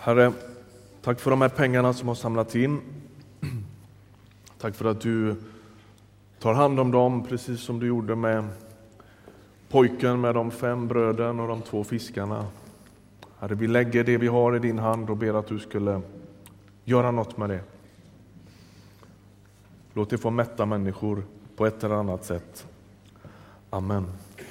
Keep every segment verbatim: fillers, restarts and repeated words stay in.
Herre, tack för de här pengarna som har samlats in. Tack för att du tar hand om dem precis som du gjorde med pojken med de fem bröden och de två fiskarna. Herre, vi lägger det vi har i din hand och ber att du skulle göra något med det. Låt det få mätta människor på ett eller annat sätt. Amen.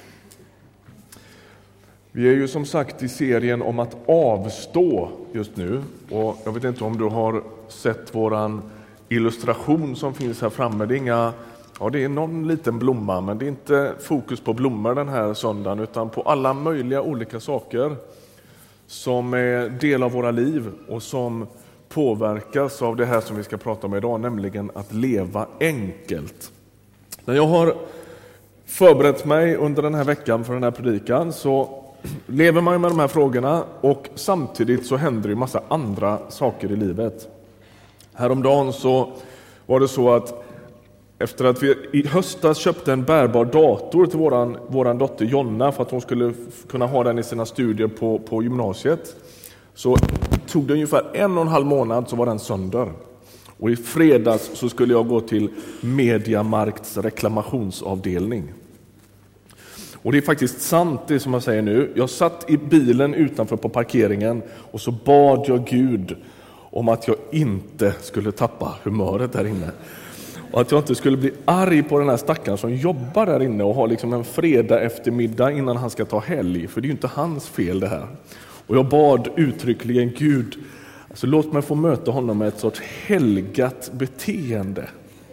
Vi är ju som sagt i serien om att avstå just nu. Och jag vet inte om du har sett våran illustration som finns här framme. Det är inga, ja, det är någon liten blomma, men det är inte fokus på blommor den här söndagen, utan på alla möjliga olika saker som är del av våra liv och som påverkas av det här som vi ska prata om idag, nämligen att leva enkelt. När jag har förberett mig under den här veckan för den här predikan så lever man med de här frågorna, och samtidigt så händer det en massa andra saker i livet. Häromdagen så var det så att efter att vi i höstas köpte en bärbar dator till våran, våran dotter Jonna för att hon skulle kunna ha den i sina studier på, på gymnasiet, så tog det ungefär en och en halv månad så var den sönder. Och i fredags så skulle jag gå till Mediamarkts reklamationsavdelning. Och det är faktiskt sant det som jag säger nu. Jag satt i bilen utanför på parkeringen och så bad jag Gud om att jag inte skulle tappa humöret där inne. Och att jag inte skulle bli arg på den här stackaren som jobbar där inne och har liksom en fredag eftermiddag innan han ska ta helg. För det är ju inte hans fel det här. Och jag bad uttryckligen Gud, alltså låt mig få möta honom med ett sorts helgat beteende.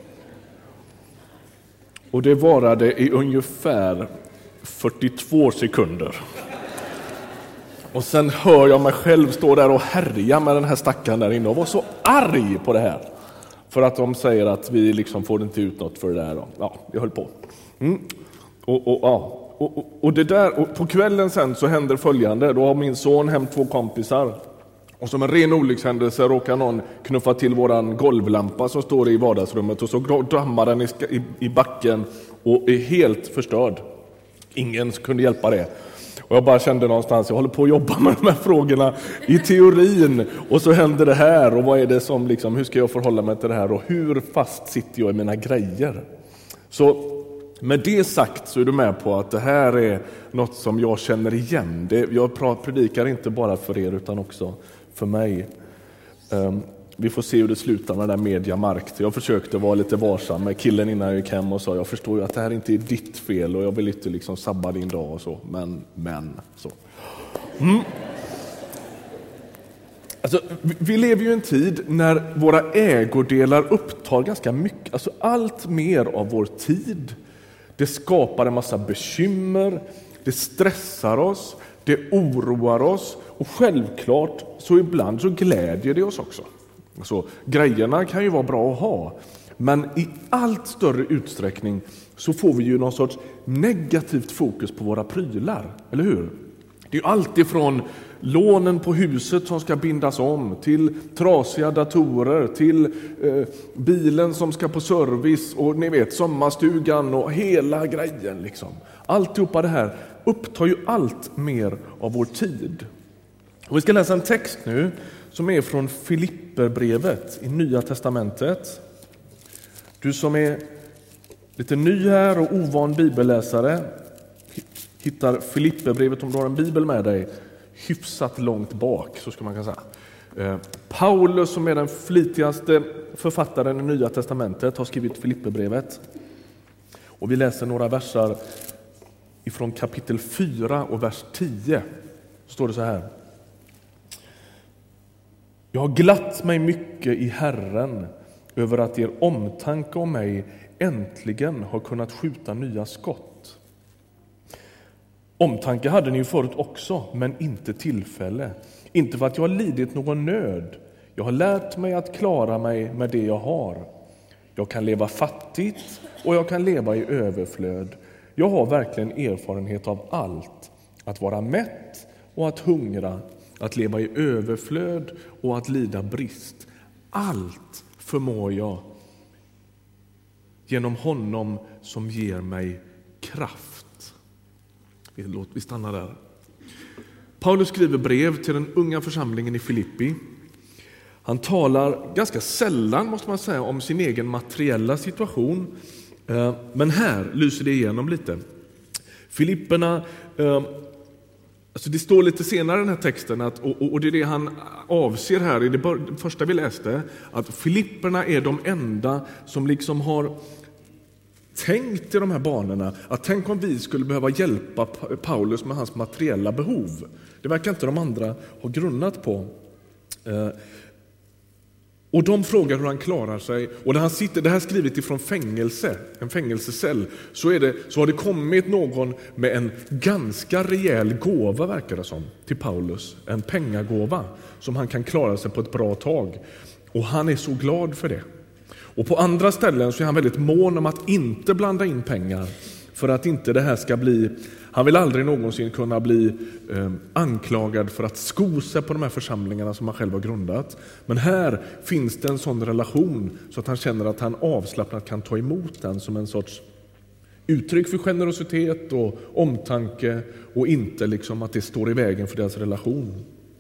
Och det varade i ungefär fyrtiotvå sekunder. Och sen hör jag mig själv stå där och härja med den här stackaren där inne och var så arg på det här. För att de säger att vi liksom får inte ut något för det där. Ja, vi höll på. Mm. Och, och, ja. och, och, och det där, och på kvällen sen så händer följande. Då har min son hem två kompisar. Och som en ren olyckshändelse råkar någon knuffa till våran golvlampa som står i vardagsrummet. Och så dammar den i, i, i backen och är helt förstörd. Ingen kunde hjälpa det. Och jag bara kände någonstans, jag håller på att jobba med de här frågorna i teorin. Och så händer det här. Och vad är det som liksom, hur ska jag förhålla mig till det här? Och hur fast sitter jag i mina grejer? Så med det sagt så är du med på att det här är något som jag känner igen. Det, jag predikar inte bara för er utan också för mig. Um, vi får se hur det slutar med den där Mediamarkt. Jag försökte vara lite varsam med killen innan jag gick hem och sa, jag förstår ju att det här inte är ditt fel och jag vill inte liksom sabba din dag och så. Men, men, så. Mm. Alltså, vi lever ju i en tid när våra ägodelar upptar ganska mycket, alltså allt mer av vår tid. Det skapar en massa bekymmer, det stressar oss, det oroar oss och självklart så ibland så glädjer det oss också. Alltså, grejerna kan ju vara bra att ha, men i allt större utsträckning så får vi ju någon sorts negativt fokus på våra prylar, eller hur? Det är ju alltid från lånen på huset som ska bindas om, till trasiga datorer, till eh, bilen som ska på service och ni vet sommarstugan och hela grejen liksom. Alltihopa det här upptar ju allt mer av vår tid. Och vi ska läsa en text nu som är från Filipperbrevet i Nya testamentet. Du som är lite ny här och ovan bibelläsare hittar Filipperbrevet, om du har en bibel med dig, hyfsat långt bak, så ska man kunna säga. Paulus, som är den flitigaste författaren i Nya testamentet, har skrivit Filipperbrevet. Och vi läser några versar ifrån kapitel fyra och vers tio. Står det så här: jag har glatt mig mycket i Herren över att er omtanke om mig äntligen har kunnat skjuta nya skott. Omtanke hade ni ju förut också, men inte tillfälle. Inte för att jag har lidit någon nöd. Jag har lärt mig att klara mig med det jag har. Jag kan leva fattigt och jag kan leva i överflöd. Jag har verkligen erfarenhet av allt. Att vara mätt och att hungra. Att leva i överflöd och att lida brist. Allt förmår jag genom honom som ger mig kraft. Vi stannar där. Paulus skriver brev till den unga församlingen i Filippi. Han talar ganska sällan, måste man säga, om sin egen materiella situation. Men här lyser det igenom lite. Filipperna, alltså det står lite senare i den här texten, att, och, och det är det han avser här i det, bör, det första vi läste, att Filipperna är de enda som liksom har tänkt i de här banorna, att tänk om vi skulle behöva hjälpa Paulus med hans materiella behov. Det verkar inte de andra ha grunnat på. Och de frågar hur han klarar sig. Och när han sitter, det här är skrivet ifrån fängelse, en fängelsecell, så, är det, så har det kommit någon med en ganska rejäl gåva, verkar det som, till Paulus. En pengagåva som han kan klara sig på ett bra tag. Och han är så glad för det. Och på andra ställen så är han väldigt mån om att inte blanda in pengar. För att inte det här ska bli, han vill aldrig någonsin kunna bli eh, anklagad för att sko sig på de här församlingarna som han själv har grundat. Men här finns det en sån relation så att han känner att han avslappnat kan ta emot den som en sorts uttryck för generositet och omtanke, och inte liksom att det står i vägen för deras relation.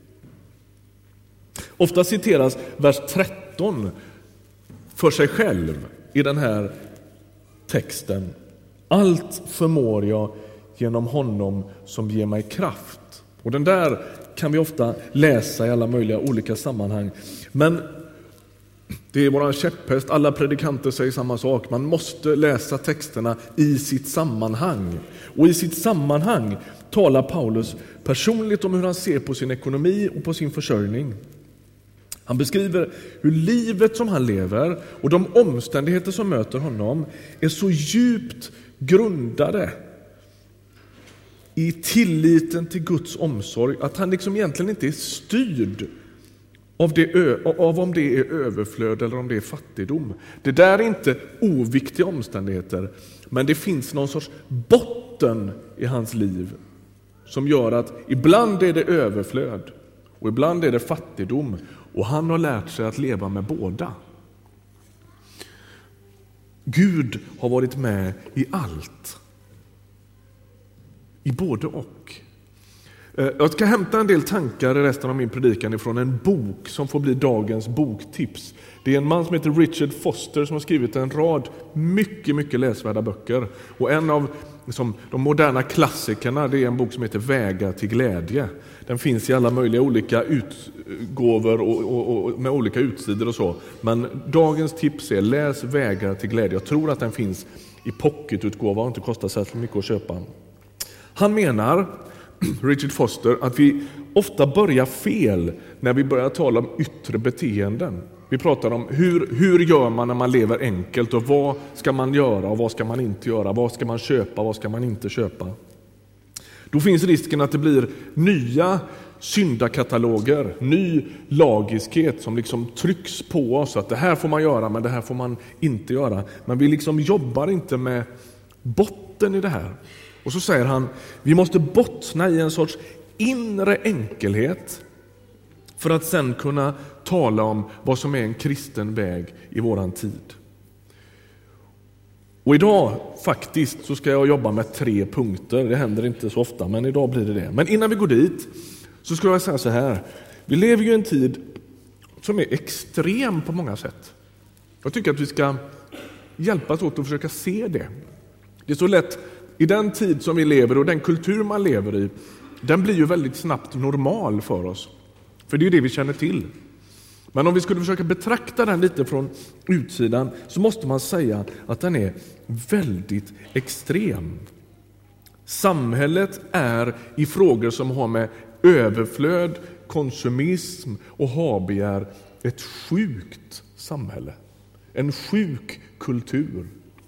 Ofta citeras vers tretton för sig själv i den här texten. Allt förmår jag genom honom som ger mig kraft. Och den där kan vi ofta läsa i alla möjliga olika sammanhang. Men det är våran käpphäst. Alla predikanter säger samma sak. Man måste läsa texterna i sitt sammanhang. Och i sitt sammanhang talar Paulus personligt om hur han ser på sin ekonomi och på sin försörjning. Han beskriver hur livet som han lever och de omständigheter som möter honom är så djupt grundade i tilliten till Guds omsorg att han liksom egentligen inte är styrd av, det, av om det är överflöd eller om det är fattigdom. Det där är inte oviktiga omständigheter, men det finns någon sorts botten i hans liv som gör att ibland är det överflöd och ibland är det fattigdom, och han har lärt sig att leva med båda. Gud har varit med i allt. I både och. Jag ska hämta en del tankar i resten av min predikan ifrån en bok som får bli dagens boktips. Det är en man som heter Richard Foster som har skrivit en rad mycket, mycket läsvärda böcker. Och en av liksom, de moderna klassikerna, det är en bok som heter Vägar till glädje. Den finns i alla möjliga olika utgåvor och, och, och med olika utsidor och så. Men dagens tips är läs Vägar till glädje. Jag tror att den finns i pocketutgåva och inte kostar särskilt mycket att köpa. Han menar, Richard Foster, att vi ofta börjar fel när vi börjar tala om yttre beteenden. Vi pratar om hur, hur gör man när man lever enkelt, och vad ska man göra och vad ska man inte göra, vad ska man köpa och vad ska man inte köpa. Då finns risken att det blir nya syndakataloger, ny lagiskhet som liksom trycks på oss, att det här får man göra men det här får man inte göra. Men vi liksom jobbar inte med botten i det här. Och så säger han, vi måste bottna i en sorts inre enkelhet för att sen kunna tala om vad som är en kristen väg i våran tid. Och idag faktiskt så ska jag jobba med tre punkter. Det händer inte så ofta, men idag blir det det. Men innan vi går dit så skulle jag säga så här. Vi lever ju i en tid som är extrem på många sätt. Jag tycker att vi ska hjälpas åt att försöka se det. Det är så lätt i den tid som vi lever och den kultur man lever i, den blir ju väldigt snabbt normal för oss. För det är ju det vi känner till. Men om vi skulle försöka betrakta den lite från utsidan så måste man säga att den är väldigt extrem. Samhället är i frågor som har med överflöd, konsumism och habegär ett sjukt samhälle. En sjuk kultur.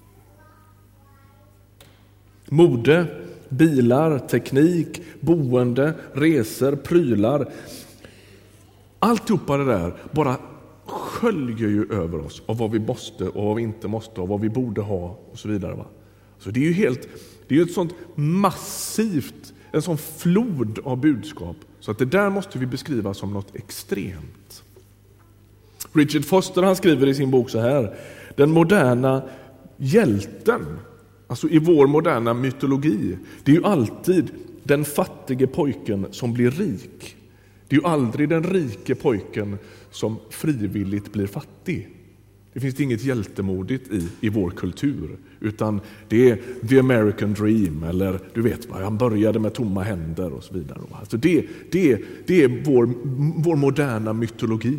Mode, bilar, teknik, boende, resor, prylar. Alltihopa det där bara sköljer ju över oss av vad vi måste och vad vi inte måste och vad vi borde ha och så vidare. Va? Så det är ju helt, det är ju ett sånt massivt, en sån flod av budskap. Så att det där måste vi beskriva som något extremt. Richard Foster, han skriver i sin bok så här: den moderna hjälten, alltså i vår moderna mytologi, det är ju alltid den fattige pojken som blir rik. Det är ju aldrig den rike pojken som frivilligt blir fattig. Det finns inget hjältemodigt i, i vår kultur, utan det är the American dream, eller du vet vad, han började med tomma händer och så vidare. Alltså det, det, det är vår, vår moderna mytologi.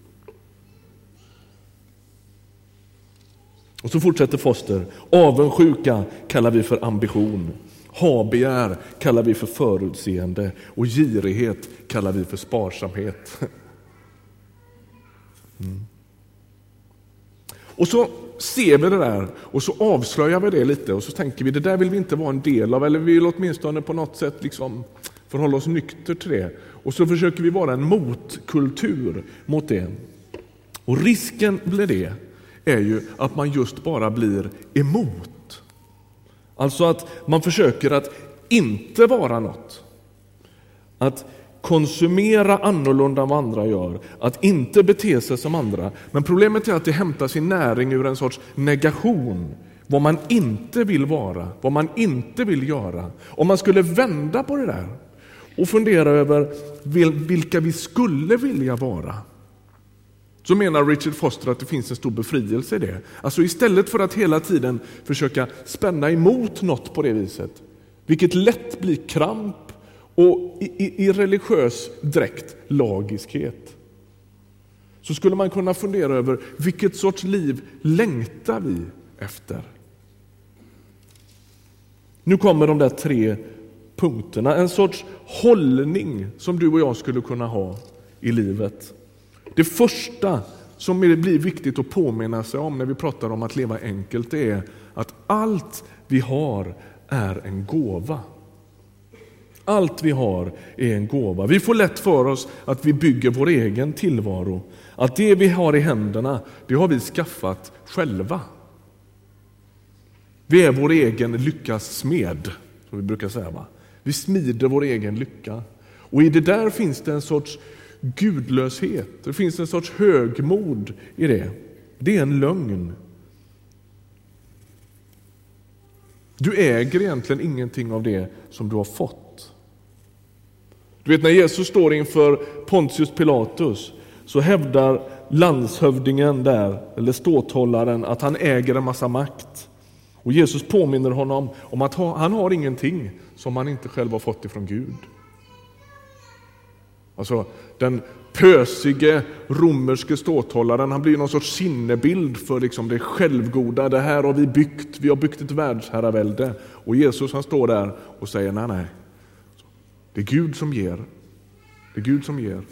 Och så fortsätter Foster. Avundsjuka kallar vi för ambition. Habegär kallar vi för förutseende. Och girighet kallar vi för sparsamhet. Mm. Och så ser vi det där och så avslöjar vi det lite och så tänker vi det där vill vi inte vara en del av, eller vi vill åtminstone på något sätt liksom förhålla oss nykter till det. Och så försöker vi vara en motkultur mot det. Och risken blir det är ju att man just bara blir emot. Alltså att man försöker att inte vara något. Att konsumera annorlunda än vad andra gör. Att inte bete sig som andra. Men problemet är att det hämtar sin näring ur en sorts negation. Vad man inte vill vara. Vad man inte vill göra. Om man skulle vända på det där och fundera över vilka vi skulle vilja vara, så menar Richard Foster att det finns en stor befrielse i det. Alltså istället för att hela tiden försöka spänna emot något på det viset, vilket lätt blir kramp och i, i, i religiös dräkt lagiskhet, så skulle man kunna fundera över vilket sorts liv längtar vi efter. Nu kommer de där tre punkterna, en sorts hållning som du och jag skulle kunna ha i livet. Det första som blir viktigt att påminna sig om när vi pratar om att leva enkelt är att allt vi har är en gåva. Allt vi har är en gåva. Vi får lätt för oss att vi bygger vår egen tillvaro. Att det vi har i händerna, det har vi skaffat själva. Vi är vår egen lyckas smed, som vi brukar säga, va? Vi smider vår egen lycka. Och i det där finns det en sorts gudlöshet. Det finns en sorts högmod i det. Det är en lögn. Du äger egentligen ingenting av det som du har fått. Du vet, när Jesus står inför Pontius Pilatus så hävdar landshövdingen där, eller ståthållaren, att han äger en massa makt. Och Jesus påminner honom om att han har ingenting som han inte själv har fått ifrån Gud. Alltså den pösige romerske ståthållaren, han blir någon sorts sinnebild för liksom det självgoda. Det här har vi byggt, vi har byggt ett världsherravälde. Och Jesus, han står där och säger nej, nej. Det är Gud som ger. Det är Gud som ger.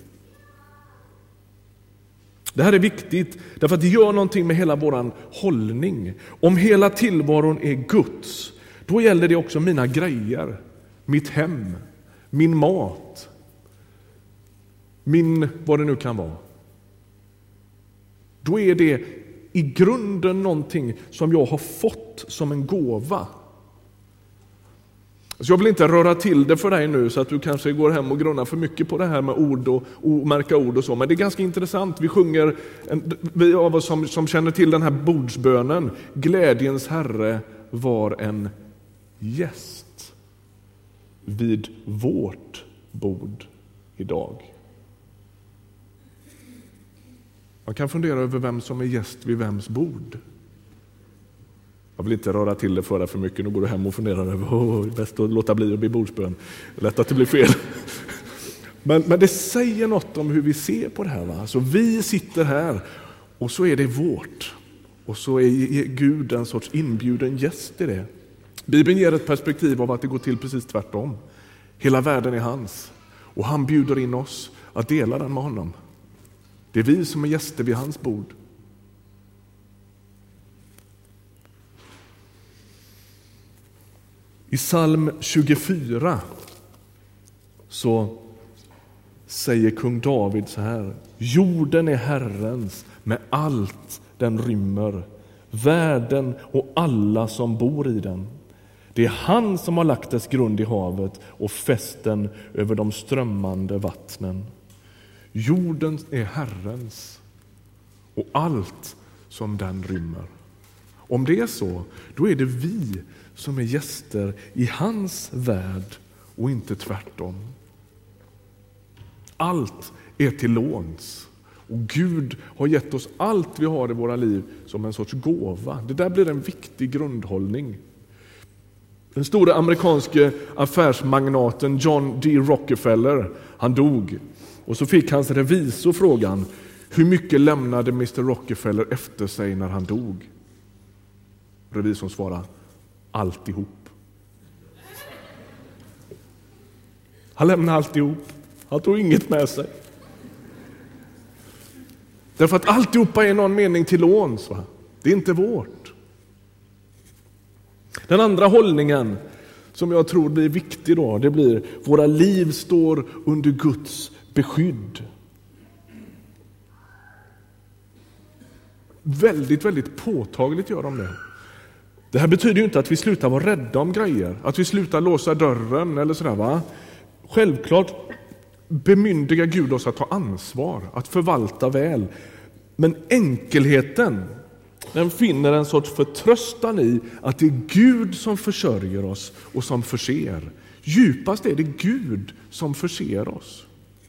Det här är viktigt därför att det gör någonting med hela våran hållning. Om hela tillvaron är Guds, då gäller det också mina grejer, mitt hem, min mat, min vad det nu kan vara. Då är det i grunden någonting som jag har fått som en gåva. Så jag vill inte röra till det för dig nu så att du kanske går hem och grunnar för mycket på det här med ord och, och märka ord och så. Men det är ganska intressant. Vi sjunger, en, vi av oss som, som känner till den här bordsbönen. Glädjens Herre var en gäst vid vårt bord idag. Man kan fundera över vem som är gäst vid vems bord. Jag vill inte röra till det för dig för mycket. Nu går du hem och funderar över oh, det är bäst att låta bli att bli bordsbön. Lätt att det blir fel. men, men det säger något om hur vi ser på det här. Va? Alltså, vi sitter här och så är det vårt. Och så är Gud en sorts inbjuden gäst i det. Bibeln ger ett perspektiv av att det går till precis tvärtom. Hela världen är hans. Och han bjuder in oss att dela den med honom. Det är vi som är gäster vid hans bord. I psalm tjugofyra så säger kung David så här: jorden är Herrens med allt den rymmer, världen och alla som bor i den. Det är han som har lagt dess grund i havet och fästen över de strömmande vattnen. Jorden är Herrens och allt som den rymmer. Om det är så, då är det vi som är gäster i hans värld och inte tvärtom. Allt är till låns. Och Gud har gett oss allt vi har i våra liv som en sorts gåva. Det där blir en viktig grundhållning. Den stora amerikanske affärsmagnaten John D. Rockefeller, han dog. Och så fick hans revisor frågan, hur mycket lämnade mister Rockefeller efter sig när han dog? Revisorn svarade, alltihop. Han lämnade alltihop. Han tog inget med sig. Därför att alltihopa är någon mening till låns. Va? Det är inte vårt. Den andra hållningen som jag tror blir viktig då, det blir våra liv står under Guds beskydd. Väldigt, väldigt påtagligt gör de det. Det här betyder ju inte att vi slutar vara rädda om grejer. Att vi slutar låsa dörren eller sådär va. Självklart bemyndigar Gud oss att ta ansvar, att förvalta väl. Men enkelheten, den finner en sorts förtröstan i att det är Gud som försörjer oss och som förser. Djupast är det Gud som förser oss.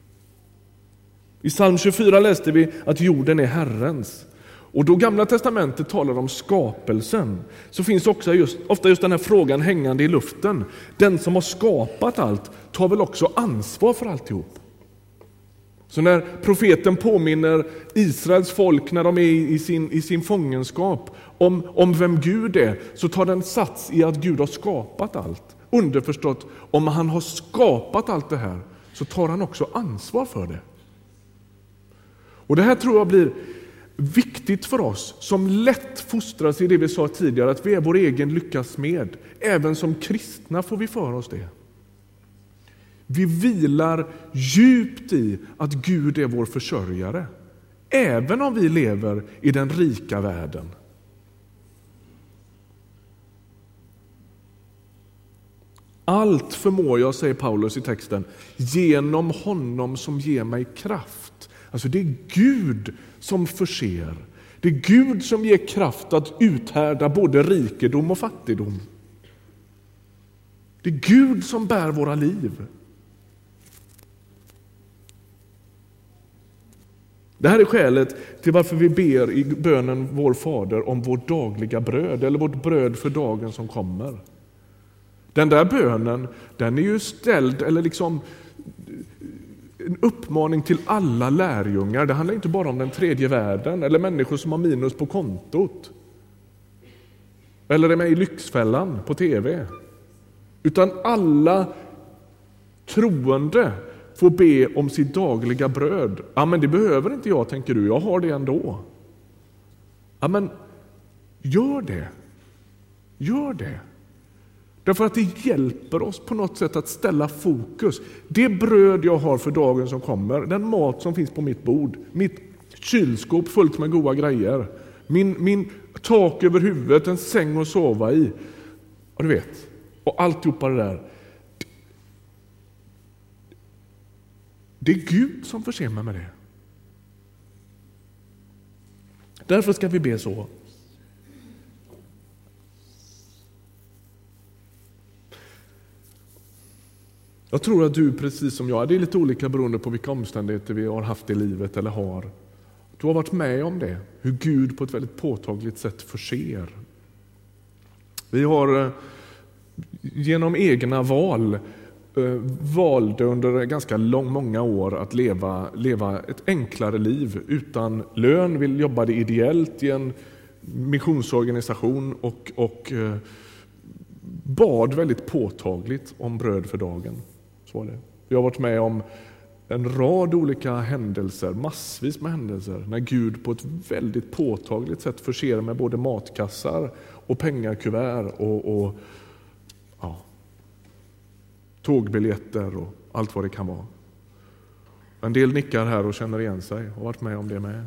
I psalm tjugofyra läste vi att jorden är Herrens. Och då Gamla testamentet talar om skapelsen så finns också just, ofta just den här frågan hängande i luften. Den som har skapat allt tar väl också ansvar för alltihop. Så när profeten påminner Israels folk när de är i sin, i sin fångenskap om, om vem Gud är, så tar den sats i att Gud har skapat allt. Underförstått, om han har skapat allt det här så tar han också ansvar för det. Och det här tror jag blir viktigt för oss som lätt fostras i det vi sa tidigare, att vi är vår egen lyckas med. Även som kristna får vi för oss det. Vi vilar djupt i att Gud är vår försörjare, även om vi lever i den rika världen. Allt förmår jag, säger Paulus i texten, genom honom som ger mig kraft. Alltså det är Gud som förser. Det är Gud som ger kraft att uthärda både rikedom och fattigdom. Det är Gud som bär våra liv. Det här är skälet till varför vi ber i bönen vår Fader om vårt dagliga bröd, eller vårt bröd för dagen som kommer. Den där bönen, den är ju ställd, eller liksom en uppmaning till alla lärjungar. Det handlar inte bara om den tredje världen eller människor som har minus på kontot. Eller är med i Lyxfällan på tv. Utan alla troende får be om sitt dagliga bröd. Ja, men det behöver inte jag, tänker du. Jag har det ändå. Ja, men gör det. Gör det. Därför att det hjälper oss på något sätt att ställa fokus. Det bröd jag har för dagen som kommer, den mat som finns på mitt bord, mitt kylskåp fullt med goda grejer, min, min tak över huvudet, en säng att sova i. Och du vet, och alltihopa det där. Det är Gud som förser mig med det. Därför ska vi be så. Jag tror att du, precis som jag, det är lite olika beroende på vilka omständigheter vi har haft i livet eller har. Du har varit med om det, hur Gud på ett väldigt påtagligt sätt förser. Vi har genom egna val valde under ganska lång, många år att leva, leva ett enklare liv utan lön. Vi jobbade ideellt i en missionsorganisation och, och bad väldigt påtagligt om bröd för dagen. Så var det. Vi har varit med om en rad olika händelser, massvis med händelser, när Gud på ett väldigt påtagligt sätt förser med både matkassar och pengakuvert och, och ja, tågbiljetter och allt vad det kan vara. En del nickar här och känner igen sig och har varit med om det med.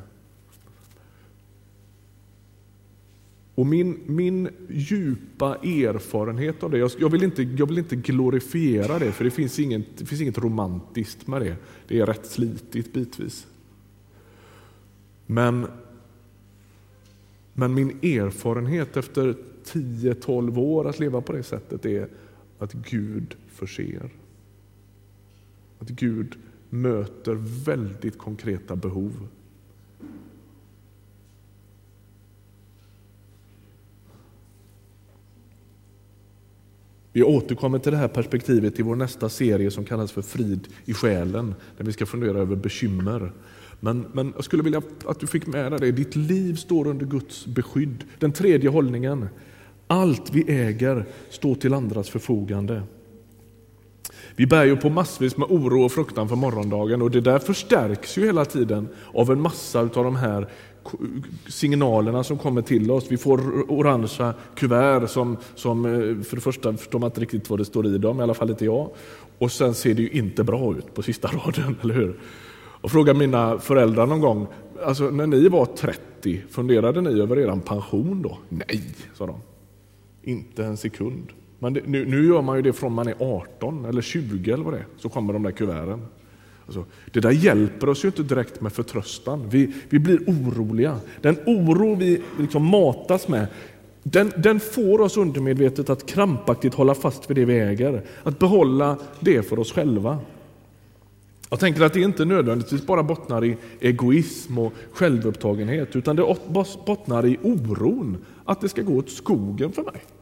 Och min, min djupa erfarenhet av det, jag, jag, vill inte, jag vill inte glorifiera det, för det finns, inget, det finns inget romantiskt med det. Det är rätt slitigt bitvis. Men, men min erfarenhet efter tio tolv år att leva på det sättet är att Gud förser. Att Gud möter väldigt konkreta behov. Vi återkommer till det här perspektivet i vår nästa serie som kallas för Frid i själen, där vi ska fundera över bekymmer. Men, men jag skulle vilja att du fick med dig det. Ditt liv står under Guds beskydd. Den tredje hållningen. Allt vi äger står till andras förfogande. Vi bär ju på massvis med oro och fruktan för morgondagen, och det där förstärks ju hela tiden av en massa av de här signalerna som kommer till oss. Vi får orangea kuvert som, som för det första förstår man inte riktigt vad det står i dem, i alla fall inte jag. Och sen ser det ju inte bra ut på sista raden, eller hur? Och fråga mina föräldrar någon gång, alltså när ni var trettio, funderade ni över er pension då? Nej, sa de. Inte en sekund. Men det, nu, nu gör man ju det från man är arton eller tjugo eller vad det är, så kommer de där kuverten. Alltså, det där hjälper oss ju inte direkt med förtröstan. Vi, vi blir oroliga. Den oro vi liksom matas med, den, den får oss undermedvetet att krampaktigt hålla fast vid det vi äger. Att behålla det för oss själva. Jag tänker att det inte nödvändigtvis bara bottnar i egoism och självupptagenhet, utan det bottnar i oron att det ska gå åt skogen för mig.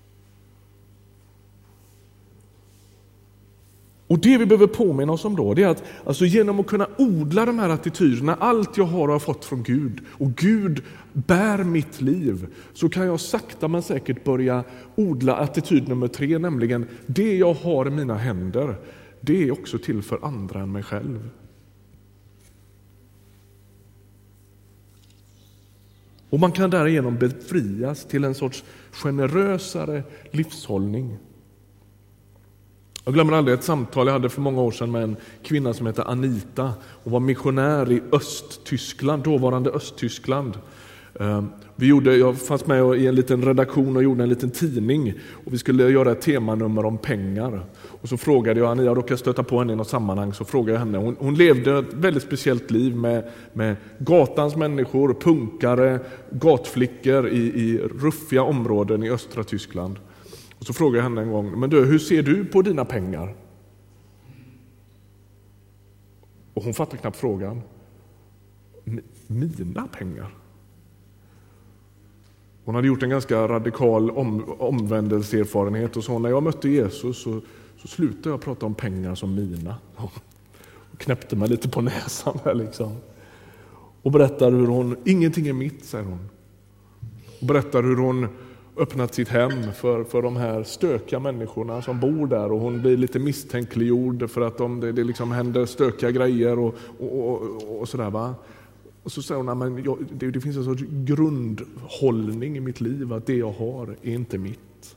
Och det vi behöver påminna oss om då, det är att alltså genom att kunna odla de här attityderna, allt jag har har jag fått från Gud, och Gud bär mitt liv, så kan jag sakta men säkert börja odla attityd nummer tre, nämligen det jag har i mina händer, det är också till för andra än mig själv. Och man kan därigenom befrias till en sorts generösare livshållning. Jag glömmer aldrig ett samtal jag hade för många år sedan med en kvinna som heter Anita och var missionär i Östtyskland, dåvarande Östtyskland. Vi gjorde, jag fanns med i en liten redaktion och gjorde en liten tidning, och vi skulle göra ett temanummer om pengar. Och så frågade jag henne, jag råkade stöta på henne i något sammanhang, så frågade jag henne. Hon, hon levde ett väldigt speciellt liv med, med gatans människor, punkare, gatflickor i, i ruffiga områden i östra Tyskland. Och så frågade jag henne en gång, men du, hur ser du på dina pengar? Och hon fattade knappt frågan. Mina pengar? Hon hade gjort en ganska radikal om, omvändelseerfarenhet och så när jag mötte Jesus så, så slutade jag prata om pengar som mina. Och knäppte mig lite på näsan här liksom. Och berättar hur hon, ingenting är mitt, säger hon. Och berättar hur hon öppnat sitt hem för, för de här stökiga människorna som bor där, och hon blir lite misstänkliggjord för att de, det, det liksom händer stökiga grejer och, och, och, och sådär va. Och så säger hon, men jag, det, det finns en sorts grundhållning i mitt liv att det jag har är inte mitt.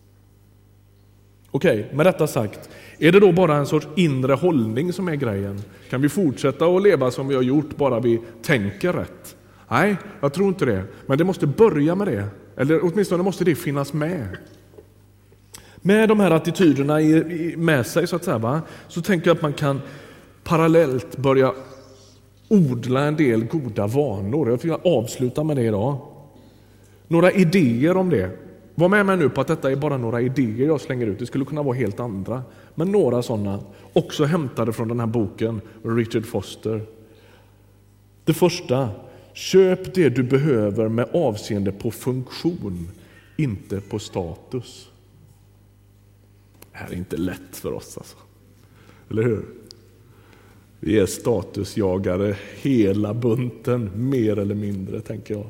Okej, med detta sagt, är det då bara en sorts inre hållning som är grejen? Kan vi fortsätta att leva som vi har gjort bara vi tänker rätt? Nej, jag tror inte det. Men det måste börja med det. Eller åtminstone måste det finnas med. Med de här attityderna i, i, med sig så att säga, va? Så tänker jag att man kan parallellt börja odla en del goda vanor. Jag vill avsluta med det idag. Några idéer om det. Var med mig nu på att detta är bara några idéer jag slänger ut. Det skulle kunna vara helt andra. Men några sådana. Också hämtade från den här boken. Richard Foster. Det första. Köp det du behöver med avseende på funktion. Inte på status. Det här är inte lätt för oss alltså. Eller hur? Vi är statusjagare hela bunten, mer eller mindre, tänker jag.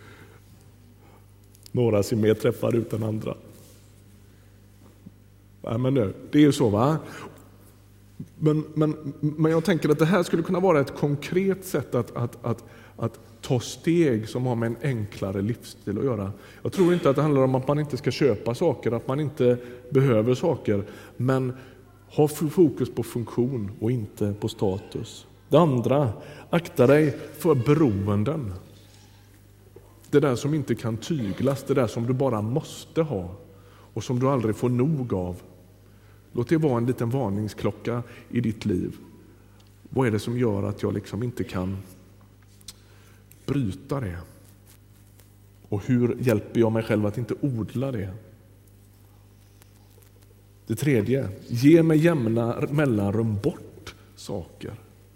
Några ser mer träffade ut än andra. Ja, men nu, det är ju så, va? Men, men, men jag tänker att det här skulle kunna vara ett konkret sätt att, att, att, att ta steg som har med en enklare livsstil att göra. Jag tror inte att det handlar om att man inte ska köpa saker, att man inte behöver saker, men ha fokus på funktion och inte på status. Det andra, akta dig för beroenden. Det där som inte kan tyglas, det där som du bara måste ha och som du aldrig får nog av. Låt det vara en liten varningsklocka i ditt liv. Vad är det som gör att jag liksom inte kan bryta det? Och hur hjälper jag mig själv att inte odla det? Det tredje, ge mig jämna mellanrum bort. saker.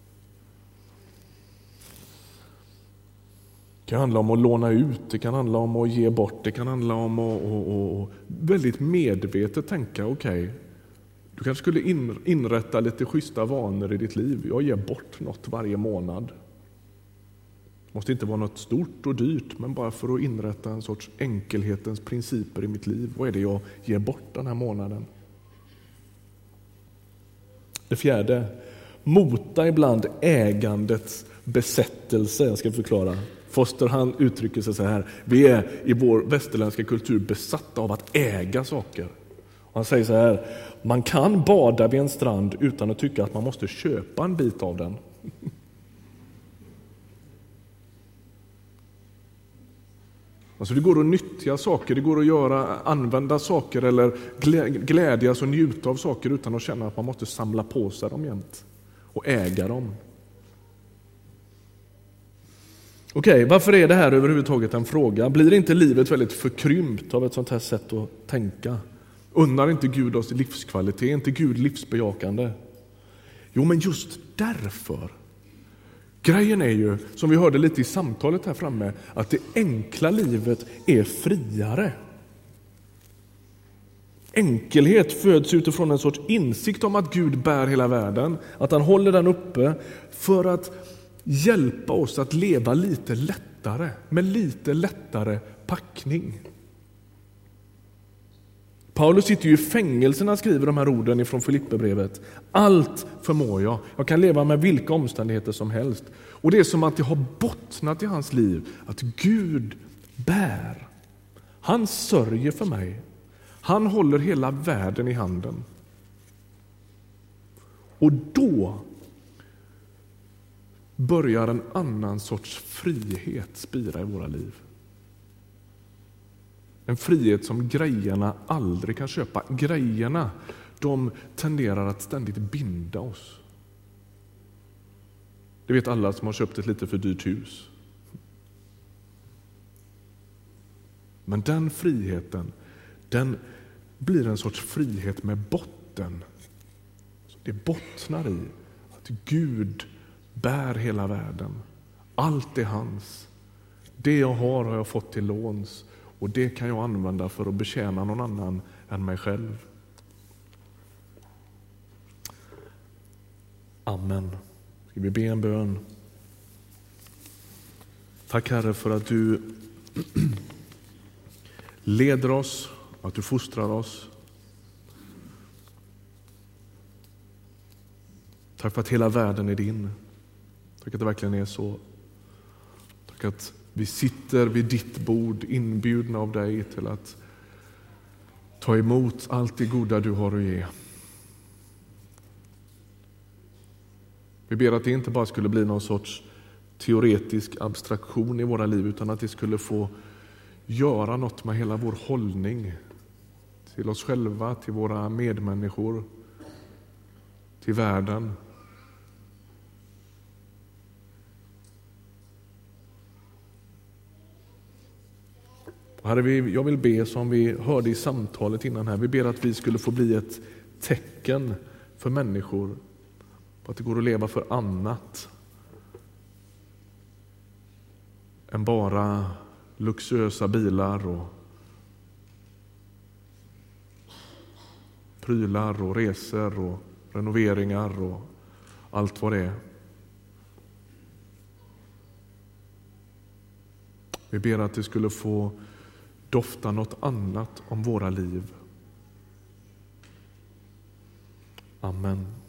Det kan handla om att låna ut, det kan handla om att ge bort, det kan handla om att och, och, väldigt medvetet tänka, okej, okay, du kanske skulle in, inrätta lite schyssta vanor i ditt liv. Jag ger bort något varje månad. Det måste inte vara något stort och dyrt, men bara för att inrätta en sorts enkelhetens principer i mitt liv. Vad är det jag ger bort den här månaden? Det fjärde, mota ibland ägandets besättelse. Jag ska förklara. Foster han uttrycker sig så här: vi är i vår västerländska kultur besatta av att äga saker. Och han säger så här: man kan bada vid en strand utan att tycka att man måste köpa en bit av den. Alltså det går att nyttja saker, det går att göra, använda saker eller glädjas och njuta av saker utan att känna att man måste samla på sig dem jämt och äga dem. Okej, okay, varför är det här överhuvudtaget en fråga? Blir inte livet väldigt förkrympt av ett sånt här sätt att tänka? Unnar inte Gud oss livskvalitet? Är inte Gud livsbejakande? Jo, men just därför. Grejen är ju, som vi hörde lite i samtalet här framme, att det enkla livet är friare. Enkelhet föds utifrån en sorts insikt om att Gud bär hela världen, att han håller den uppe för att hjälpa oss att leva lite lättare, med lite lättare packning. Paulus sitter ju i fängelse när han skriver de här orden ifrån Filipperbrevet. Allt förmår jag. Jag kan leva med vilka omständigheter som helst. Och det är som att det har bottnat i hans liv att Gud bär. Han sörjer för mig. Han håller hela världen i handen. Och då börjar en annan sorts frihet spira i våra liv. En frihet som grejerna aldrig kan köpa. Grejerna, de tenderar att ständigt binda oss. Det vet alla som har köpt ett lite för dyrt hus. Men den friheten, den blir en sorts frihet med botten. Det bottnar i att Gud bär hela världen. Allt är hans. Det jag har har jag fått till låns. Och det kan jag använda för att betjäna någon annan än mig själv. Amen. Ska vi be en bön? Tack Herre för att du leder oss, att du fostrar oss. Tack för att hela världen är din. Tack att det verkligen är så. Tack att vi sitter vid ditt bord inbjudna av dig till att ta emot allt det goda du har att ge. Vi ber att det inte bara skulle bli någon sorts teoretisk abstraktion i våra liv, utan att det skulle få göra något med hela vår hållning till oss själva, till våra medmänniskor, till världen. Herre, vi, jag vill be som vi hörde i samtalet innan här. Vi ber att vi skulle få bli ett tecken för människor på att det går att leva för annat än bara luxuösa bilar och prylar och resor och renoveringar och allt vad det är. Vi ber att det skulle få dofta något annat om våra liv. Amen.